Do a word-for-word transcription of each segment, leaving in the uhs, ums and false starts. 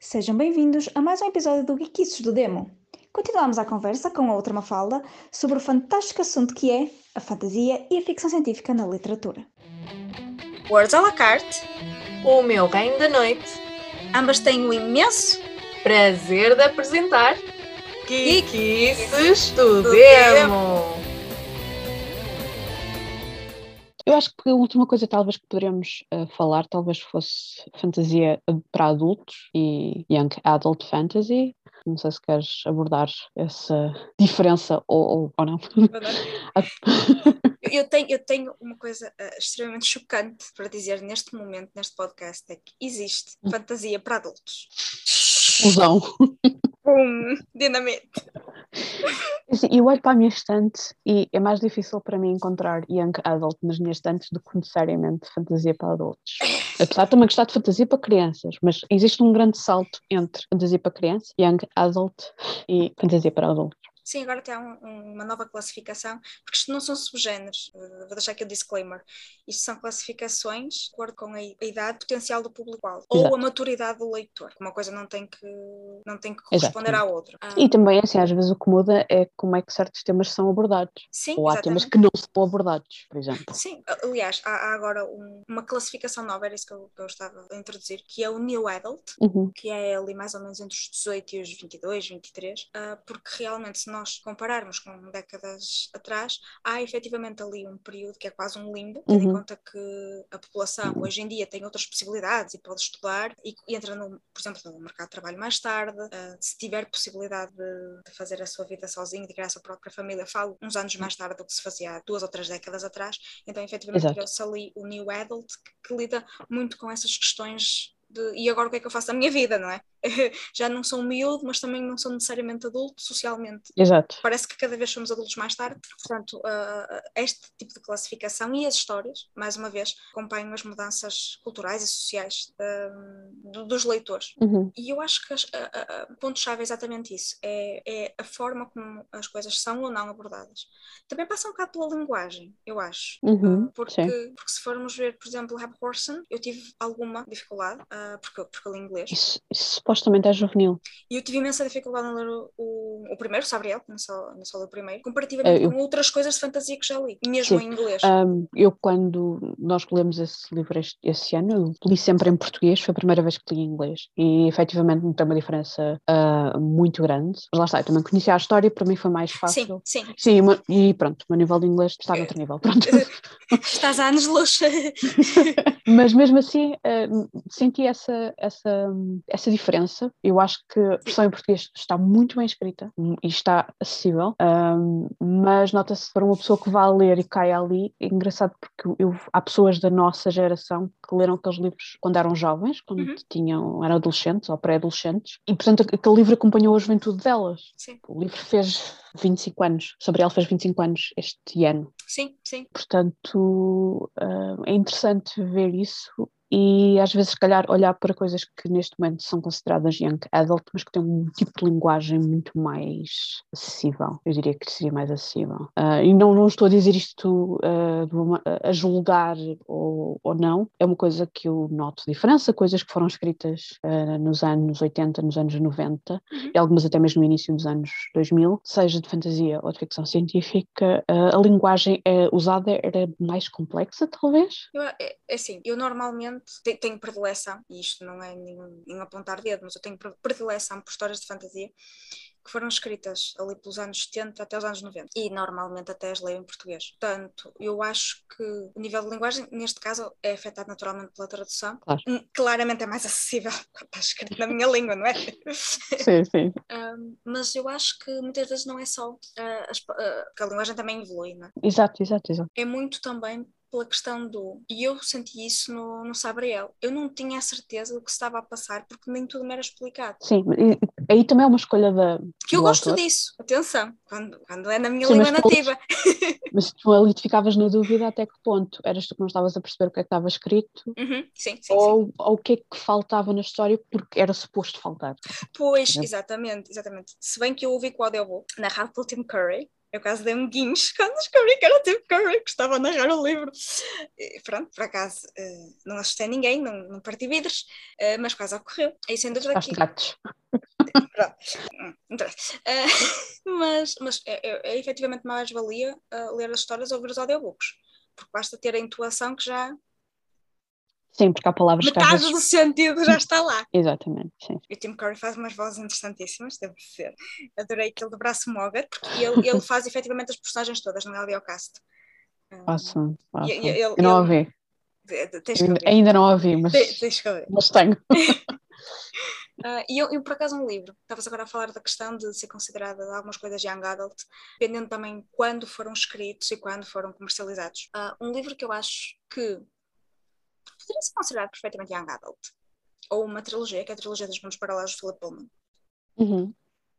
Sejam bem-vindos a mais um episódio do Geekices do Demo. Continuamos a conversa com a outra Mafalda sobre o fantástico assunto que é a fantasia e a ficção científica na literatura. Words à la carte, o meu reino da noite. Ambas têm o imenso prazer de apresentar Geekices do do Demo. Eu acho que a última coisa talvez que poderíamos uh, falar talvez fosse fantasia para adultos e Young Adult Fantasy. Não sei se queres abordar essa diferença ou, ou, ou não. eu, tenho, eu tenho uma coisa uh, extremamente chocante para dizer neste momento, neste podcast, é que existe fantasia para adultos. Fusão. Pum, dinamite. Eu olho para a minha estante e é mais difícil para mim encontrar Young Adult nas minhas estantes do que necessariamente fantasia para adultos. Apesar de também gostar de fantasia para crianças, mas existe um grande salto entre fantasia para criança, Young Adult e fantasia para adultos. Sim, agora tem um, um, uma nova classificação, porque isto não são subgéneros, vou deixar aqui o disclaimer. Isto são classificações de acordo com a, a idade potencial do público-alvo, ou a maturidade do leitor. Uma coisa não tem que, não tem que corresponder Exatamente. à outra. E também, assim, às vezes o que muda é como é que certos temas são abordados. Sim, ou há exatamente. temas que não são abordados, por exemplo. Sim, aliás, há, há agora um, uma classificação nova, era isso que eu, que eu estava a introduzir, que é o New Adult, uhum. que é ali mais ou menos entre os dezoito e os vinte e dois, vinte e três, uh, porque realmente se nós compararmos com décadas atrás, há efetivamente ali um período que é quase um limbo, tendo uhum. em conta que a população hoje em dia tem outras possibilidades e pode estudar e, e entra, no, por exemplo, no mercado de trabalho mais tarde, uh, se tiver possibilidade de, de fazer a sua vida sozinho, de criar a sua própria família, falo uns anos mais tarde do que se fazia há duas ou três décadas atrás, então efetivamente criou-se ali o New Adult que, que lida muito com essas questões de, e agora o que é que eu faço da minha vida, não é? Já não sou um miúdo, mas também não sou necessariamente adulto socialmente. Exato. Parece que cada vez somos adultos mais tarde. Portanto, uh, este tipo de classificação e as histórias, mais uma vez, acompanham as mudanças culturais e sociais uh, dos leitores. Uhum. E eu acho que o ponto-chave é exatamente isso. É, é a forma como as coisas são ou não abordadas. Também passa um bocado pela linguagem, eu acho. Uhum. Uh, porque, porque se formos ver, por exemplo, Rab Horson, eu tive alguma dificuldade, uh, porque, porque eu li inglês. Isso, isso supostamente é juvenil. E eu tive imensa dificuldade em ler o, o, o primeiro, Sabriel, não só, não só li o primeiro, comparativamente uh, eu, com outras coisas de fantasia que já li, mesmo sim. em inglês. Um, eu, quando nós lemos esse livro este, esse ano, eu li sempre em português, foi a primeira vez que li em inglês. E efetivamente não tem uma diferença uh, muito grande. Mas lá está, eu também conhecia a história, para mim foi mais fácil. Sim, sim. Sim, uma, e pronto, o meu nível de inglês está no outro nível. Pronto. Estás a anos de luz. Mas mesmo assim, uh, senti essa, essa, essa diferença. Eu acho que a versão em português está muito bem escrita e está acessível, um, mas nota-se para uma pessoa que vá ler e cai ali, é engraçado porque eu, há pessoas da nossa geração que leram aqueles livros quando eram jovens, quando uhum. tinham, eram adolescentes ou pré-adolescentes, e portanto aquele livro acompanhou a juventude delas. Sim. O livro fez vinte e cinco anos, Sabriel fez vinte e cinco anos este ano. Sim, sim. Portanto, uh, é interessante ver isso. E às vezes, se calhar, olhar para coisas que neste momento são consideradas young adult, mas que têm um tipo de linguagem muito mais acessível. Eu diria que seria mais acessível. Uh, e não, não estou a dizer isto uh, de uma, a julgar ou, ou não. É uma coisa que eu noto diferença, coisas que foram escritas uh, nos anos oitenta, nos anos noventa, uhum. e algumas até mesmo no início dos anos dois mil, seja de fantasia ou de ficção científica, uh, a linguagem uh, usada era mais complexa, talvez? Eu, é, é assim, eu normalmente tenho predileção, e isto não é nenhum, nenhum apontar dedo, mas eu tenho predileção por histórias de fantasia que foram escritas ali pelos anos setenta até os anos noventa e normalmente até as leio em português. Portanto, eu acho que o nível de linguagem, neste caso, é afetado naturalmente pela tradução. Claro. Claramente é mais acessível quando está escrito na minha língua, não é? Sim, sim. Um, mas eu acho que muitas vezes não é só, uh, as, uh, que a linguagem também evolui, não é? Exato, exato, exato. É muito também pela questão do... E eu senti isso no, no Sabriel. Eu não tinha a certeza do que se estava a passar, porque nem tudo me era explicado. Sim, e aí também é uma escolha da... Que eu gosto autor. disso, atenção, quando, quando é na minha Sim, língua mas nativa. Tu, mas tu ali te ficavas na dúvida até que ponto? Eras tu que não estavas a perceber o que é que estava escrito? Uhum, sim, sim, ou, sim. ou o que é que faltava na história porque era suposto faltar? Pois, exatamente, exatamente. Se bem que eu ouvi com o audiobook, narrado pelo Tim Curry, Eu quase dei um guincho quando descobri que era o Tim Curry que estava a narrar o livro. E, pronto, por acaso, uh, não assustei ninguém, não, não parti vidros, uh, mas quase ocorreu. Aí sem dúvida Gosto que... de gatos. Pronto. Hum, não interessa. Uh, mas mas é, é, é efetivamente mais valia uh, ler as histórias ou ouvir os audiobooks, porque basta ter a intuação que já Sim, porque há palavras que às metade vezes... do sentido já está lá. Exatamente, sim. E o Tim Curry faz umas vozes interessantíssimas, devo dizer. Adorei aquele do braço Mogger, porque ele, ele faz efetivamente as personagens todas no audiocast. Um, Awesome, awesome. e- e- ele- Eu não a ele- ouvi. de- de- Tens que Ainda, ouvir. ainda não a ouvi, mas, Te- Tens que ouvir. mas tenho. Uh, e eu, eu, por acaso, um livro. Estavas agora a falar da questão de ser considerada algumas coisas young adult, dependendo também quando foram escritos e quando foram comercializados. Uh, um livro que eu acho que poderia ser considerado perfeitamente young adult, ou uma trilogia, que é a trilogia dos Mundos Paralelos de Philip Pullman. Uhum.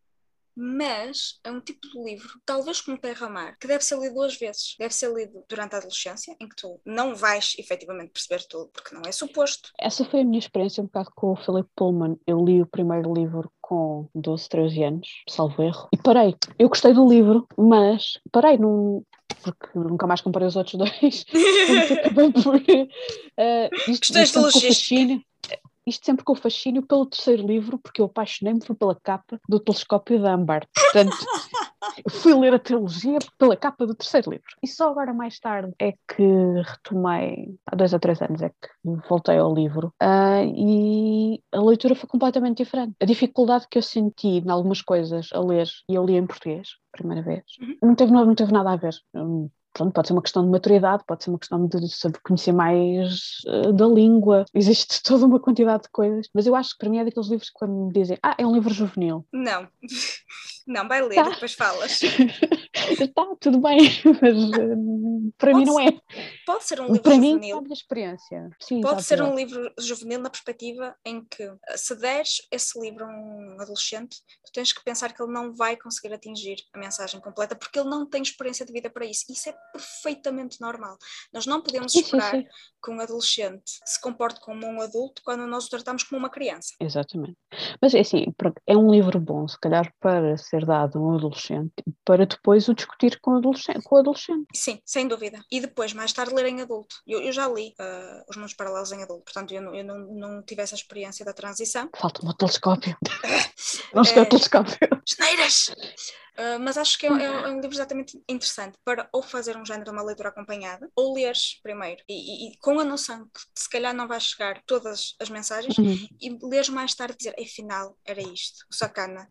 Mas é um tipo de livro, talvez como Terra Mar, que deve ser lido duas vezes. Deve ser lido durante a adolescência, em que tu não vais efetivamente perceber tudo, porque não é suposto. Essa foi a minha experiência um bocado com o Philip Pullman. Eu li o primeiro livro com doze, treze anos, salvo erro, e parei. Eu gostei do livro, mas parei num... porque nunca mais comprei os outros dois. Portanto, acabei por... Uh, isto, Questões isto de sempre com o logística. fascínio, isto sempre com o fascínio pelo terceiro livro, porque eu apaixonei-me foi pela capa do Telescópio de Âmbar. Portanto, fui ler a trilogia pela capa do terceiro livro. E só agora mais tarde é que retomei, há dois ou três anos é que voltei ao livro, uh, e a leitura foi completamente diferente. A dificuldade que eu senti em algumas coisas a ler, e eu li em português, primeira vez, Uhum. não teve, não teve nada a ver. Eu, Pronto, pode ser uma questão de maturidade, pode ser uma questão de saber conhecer mais uh, da língua, existe toda uma quantidade de coisas, mas eu acho que para mim é daqueles livros que quando me dizem, ah, é um livro juvenil. Não, não, vai ler Tá. e depois falas. Está, tudo bem, mas uh, para Pode mim não é. Pode ser um livro Para mim, juvenil. é a minha experiência. Sim, Pode exato, ser um exato. livro juvenil na perspectiva em que, se deres esse livro a um adolescente, tu tens que pensar que ele não vai conseguir atingir a mensagem completa, porque ele não tem experiência de vida para isso. Isso é perfeitamente normal. Nós não podemos Sim, esperar sim, sim. que um adolescente se comporte como um adulto quando nós o tratamos como uma criança. Exatamente. Mas é assim, pronto, é um livro bom, se calhar para ser dado a um adolescente, para depois o discutir com o adolescente. Com o adolescente. Sim, sem dúvida. E depois, mais tarde, ler em adulto. Eu, eu já li uh, Os Mundos Paralelos em adulto, portanto eu, não, eu não, não tive essa experiência da transição. Falta-me o telescópio. Não sei o É, telescópio. Geneiras! Uh, mas acho que é, é, é um livro exatamente interessante para ou fazer um género de uma leitura acompanhada, ou leres primeiro, e, e, e com a noção que se calhar não vai chegar todas as mensagens, Uhum. e leres mais tarde dizer, afinal, era isto, o sacana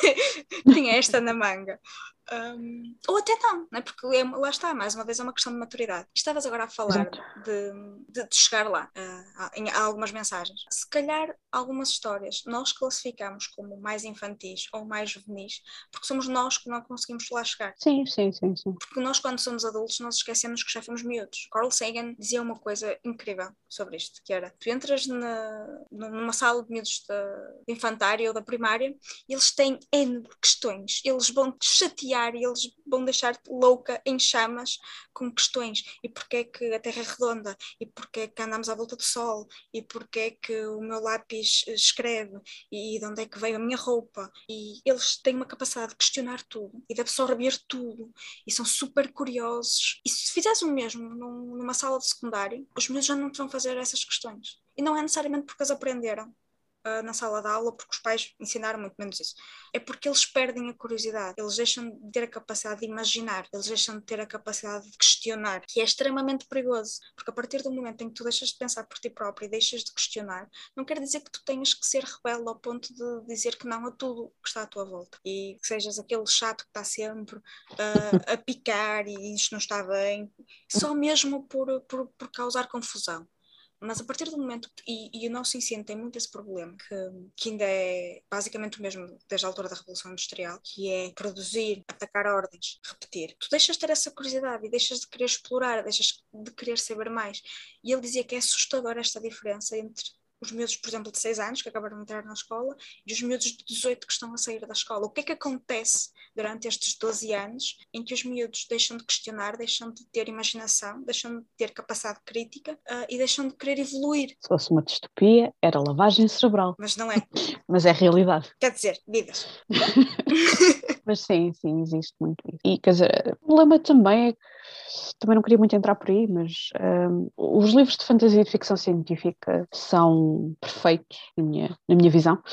tinha esta na manga. Um, ou até não, não é? Porque é, lá está, mais uma vez é uma questão de maturidade. Estavas agora a falar de, de, de chegar lá uh, em algumas mensagens. Se calhar algumas histórias nós classificamos como mais infantis ou mais juvenis porque somos nós que não conseguimos lá chegar. Sim, sim, sim, sim. Porque nós, quando somos adultos, nós esquecemos que já fomos miúdos. Carl Sagan dizia uma coisa incrível sobre isto, que era, tu entras na, numa sala de miúdos de, de infantário ou da primária e eles têm N questões, eles vão te chatear e eles vão deixar-te louca em chamas com questões. E porquê é que a Terra é redonda? E porquê é que andamos à volta do Sol? E porquê é que o meu lápis escreve? E de onde é que veio a minha roupa? E eles têm uma capacidade de questionar tudo e de absorver tudo. E são super curiosos. E se fizeres o mesmo num, numa sala de secundário, os meus já não te vão fazer essas questões. E não é necessariamente porque eles aprenderam Uh, na sala de aula, porque os pais ensinaram muito menos isso. É porque eles perdem a curiosidade, eles deixam de ter a capacidade de imaginar, eles deixam de ter a capacidade de questionar, que é extremamente perigoso, porque a partir do momento em que tu deixas de pensar por ti próprio e deixas de questionar, não quer dizer que tu tenhas que ser rebelde ao ponto de dizer que não a tudo que está à tua volta, e que sejas aquele chato que está sempre uh, a picar e isto não está bem, só mesmo por, por, por causar confusão. Mas a partir do momento, e, e o nosso ensino tem muito esse problema, que, que ainda é basicamente o mesmo desde a altura da Revolução Industrial, que é produzir, atacar ordens, repetir. Tu deixas de ter essa curiosidade e deixas de querer explorar, deixas de querer saber mais. E ele dizia que é assustadora esta diferença entre os miúdos, por exemplo, de seis anos que acabaram de entrar na escola e os miúdos de dezoito que estão a sair da escola. O que é que acontece durante estes doze anos em que os miúdos deixam de questionar, deixam de ter imaginação, deixam de ter capacidade crítica uh, e deixam de querer evoluir? Se fosse uma distopia, era lavagem cerebral. Mas não é. Mas é realidade. Quer dizer, vidas. Mas sim, sim, existe muito isso. E, quer dizer, o problema também é que, também não queria muito entrar por aí, mas um, os livros de fantasia e de ficção científica são perfeitos, na minha, na minha visão,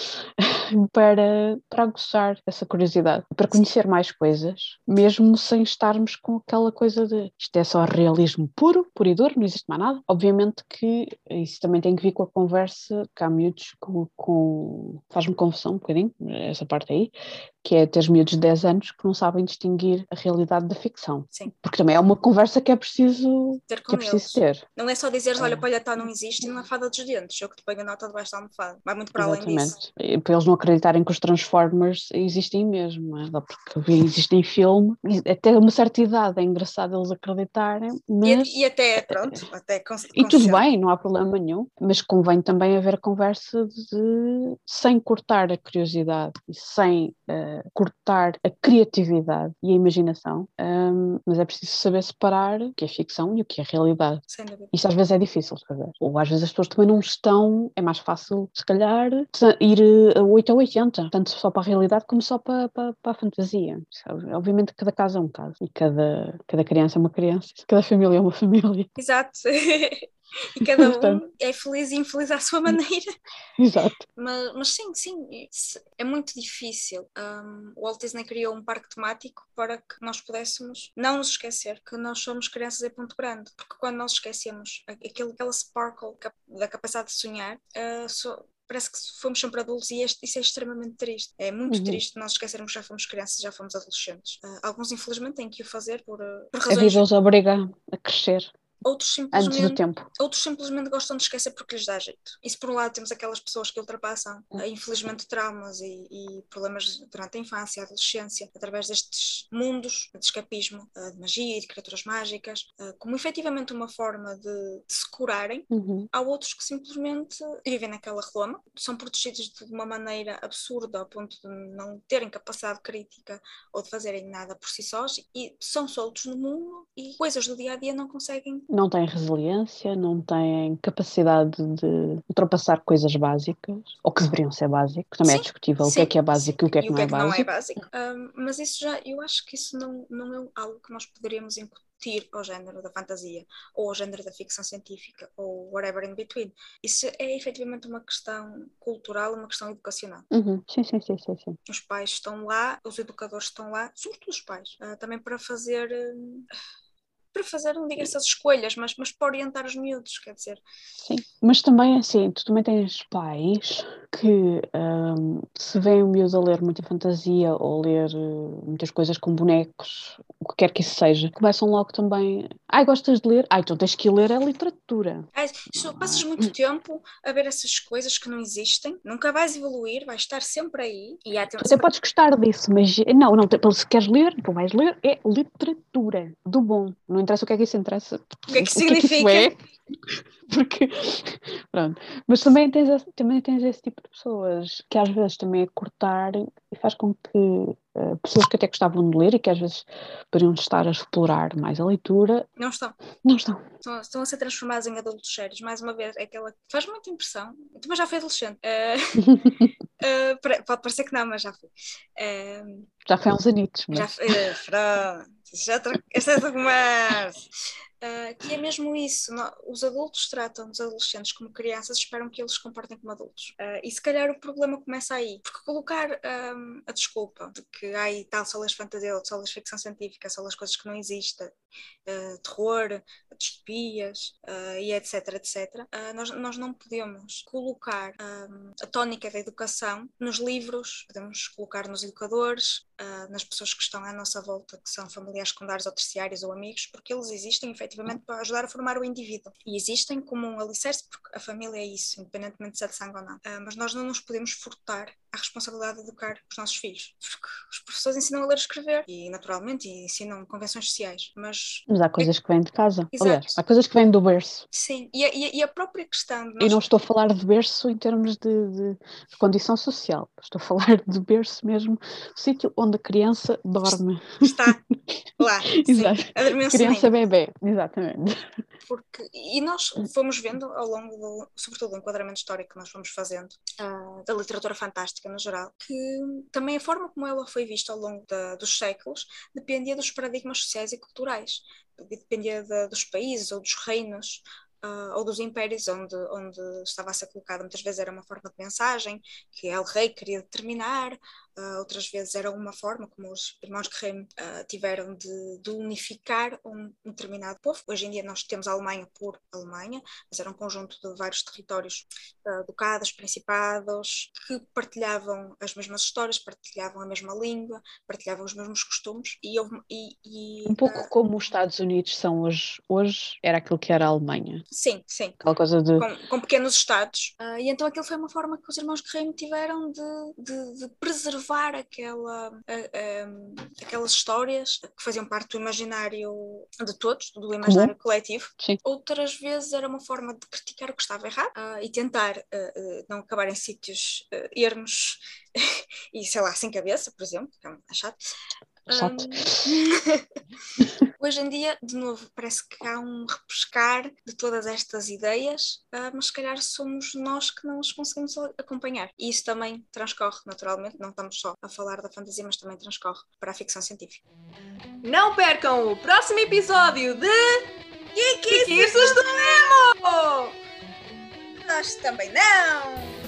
para, para aguçar essa curiosidade, para conhecer mais coisas, mesmo sem estarmos com aquela coisa de isto é só realismo puro, puro e duro, não existe mais nada. Obviamente que isso também tem que vir com a conversa, que há miúdos com, com faz-me confusão um bocadinho, essa parte aí, que é ter miúdos de dez anos que não sabem distinguir a realidade da ficção. Sim. Porque também é uma conversa que é preciso ter, com que é preciso eles. ter. Não é só dizeres, olha, É. palhatói não existe e não é fada dos dentes, eu que te ponho a nota debaixo da almofada. Vai muito para além disso. Exatamente. E para eles não acreditarem que os Transformers existem mesmo, não é? Dá porque existem filme, e até uma certa idade é engraçado eles acreditarem, mas... E, e até, pronto, até cons- E tudo consciente. bem, não há problema nenhum, mas convém também haver a conversa de, sem cortar a curiosidade e sem uh, cortar a criatividade e a imaginação, um, mas é preciso saber separar o que é ficção e o que é realidade. Sem dúvida. Isso às vezes é difícil de fazer. Ou às vezes as pessoas também não estão, é mais fácil, se calhar, ir a oito ou oitenta, tanto só para a realidade como só para, para, para a fantasia. Sabe? Obviamente cada caso é um caso, e cada, cada criança é uma criança, cada família é uma família. Exato. E cada Portanto, um é feliz e infeliz à sua maneira. Exato. Mas, mas sim, sim, é muito difícil. Um, o Walt Disney criou um parque temático para que nós pudéssemos não nos esquecer que nós somos crianças em Ponto Grande, porque quando nós esquecemos aquele, aquela sparkle da capacidade de sonhar, uh, so, parece que fomos sempre adultos e este, isso é extremamente triste. É muito Uhum. triste nós esquecermos que já fomos crianças, já fomos adolescentes. Uh, alguns infelizmente têm que o fazer por, uh, por A razões... vida os obriga a crescer. Outros Antes do simplesmente, tempo. outros simplesmente gostam de esquecer porque lhes dá jeito. E se por um lado temos aquelas pessoas que ultrapassam, uh, infelizmente, traumas e, e problemas durante a infância e a adolescência, através destes mundos de escapismo, uh, de magia e de criaturas mágicas, uh, como efetivamente uma forma de, de se curarem, Uhum. há outros que simplesmente vivem naquela reloma, são protegidos de uma maneira absurda ao ponto de não terem capacidade crítica ou de fazerem nada por si sós e são soltos no mundo e coisas do dia-a-dia não conseguem. Não têm resiliência, não têm capacidade de ultrapassar coisas básicas, ou que deveriam ser básicas, também Sim, é discutível sim, o que é que é básico sim. e o que é que, e o não, que é é que não é básico. básico. Um, mas isso já, eu acho que isso não, não é algo que nós poderíamos incutir ao género da fantasia, ou ao género da ficção científica, ou whatever in between. Isso é efetivamente uma questão cultural, uma questão educacional. Uhum. Sim, sim, sim, sim, sim. Os pais estão lá, os educadores estão lá, sobretudo os pais, uh, também para fazer... Uh, para fazer, não digo essas escolhas, mas, mas para orientar os miúdos, quer dizer. Sim, mas também assim, tu também tens pais que um, se vêem o miúdo a ler muita fantasia ou ler uh, muitas coisas com bonecos, o que quer que isso seja, começam logo também, ai, gostas de ler? Ai, então tens que ler a literatura. Ah, isso, passas muito tempo a ver essas coisas que não existem, nunca vais evoluir, vais estar sempre aí. E há Tu até podes gostar disso, mas não, não, se queres ler, tu vais ler, é literatura, do bom. Não interessa o que é que isso interessa. O que é que o significa? Que é que isso é, porque, pronto. Mas também tens, esse, também tens esse tipo de pessoas que às vezes também é cortar e faz com que uh, pessoas que até gostavam de ler e que às vezes poderiam estar a explorar mais a leitura, não estão. Não estão. Estão, estão a ser transformados em adultos sérios. Mais uma vez, é aquela que faz muita impressão. Eu também já fui adolescente. Uh, uh, pode parecer que não, mas já fui. Uh, já foi há uns anitos. Mas... Já, uh, pronto. Esta é outra conversa. Uh, que é mesmo isso, não, os adultos tratam os adolescentes como crianças e esperam que eles se comportem como adultos, uh, e se calhar o problema começa aí, porque colocar um, a desculpa de que ai, tal só lês fantasia, só lês ficção científica, só lês coisas que não existem, uh, terror, distopias uh, e etc, etc, uh, nós, nós não podemos colocar um, a tónica da educação nos livros, podemos colocar nos educadores, uh, nas pessoas que estão à nossa volta, que são familiares secundários ou terciários ou amigos, porque eles existem efetivamente para ajudar a formar o indivíduo. E existem como um alicerce, porque a família é isso, independentemente de ser de sangue ou não. Uh, mas nós não nos podemos furtar a responsabilidade de educar os nossos filhos. Porque os professores ensinam a ler e escrever e, naturalmente, ensinam convenções sociais. Mas, Mas há coisas que vêm de casa. Exato. Aliás, há coisas que vêm do berço. sim, e a, e a- e a própria questão de E nós... não estou a falar de berço em termos de, de- de condição social. Estou a falar de berço mesmo, o sítio onde a criança dorme. Está lá, sim, Exato. adormecimento. Criança bebê, exatamente. Porque, e nós fomos vendo ao longo, do, sobretudo do enquadramento histórico que nós fomos fazendo, uh, da literatura fantástica no geral, que também a forma como ela foi vista ao longo da, dos séculos dependia dos paradigmas sociais e culturais, dependia de, dos países ou dos reinos, uh, ou dos impérios onde, onde estava a ser colocada. Muitas vezes era uma forma de mensagem que El Rei queria determinar, uh, outras vezes era uma forma como os irmãos Grimm uh, tiveram de, de unificar um, um determinado povo. Hoje em dia nós temos a Alemanha por Alemanha, mas era um conjunto de vários territórios, uh, ducados, principados, que partilhavam as mesmas histórias, partilhavam a mesma língua, partilhavam os mesmos costumes e, houve, e, e Um pouco uh, como os Estados Unidos são hoje. Hoje era aquilo que era a Alemanha. sim, sim. Aquela coisa de... Com, com pequenos estados. Uh, e então aquilo foi uma forma que os irmãos Grimm tiveram de, de, de preservar aquela, uh, um, aquelas histórias que faziam parte do imaginário de todos, do imaginário Comum. coletivo. Sim. Outras vezes era uma forma de criticar o que estava errado uh, e tentar uh, uh, não acabar em sítios uh, ermos e, sei lá, sem cabeça, por exemplo, que é muito chato. Chato. Um, hoje em dia, de novo, parece que há um repescar de todas estas ideias, uh, mas se calhar somos nós que não os conseguimos acompanhar. E isso também transcorre naturalmente, não estamos só a falar da fantasia, mas também transcorre para a ficção científica. Não percam o próximo episódio de Geekices do Nemo! Nós também não!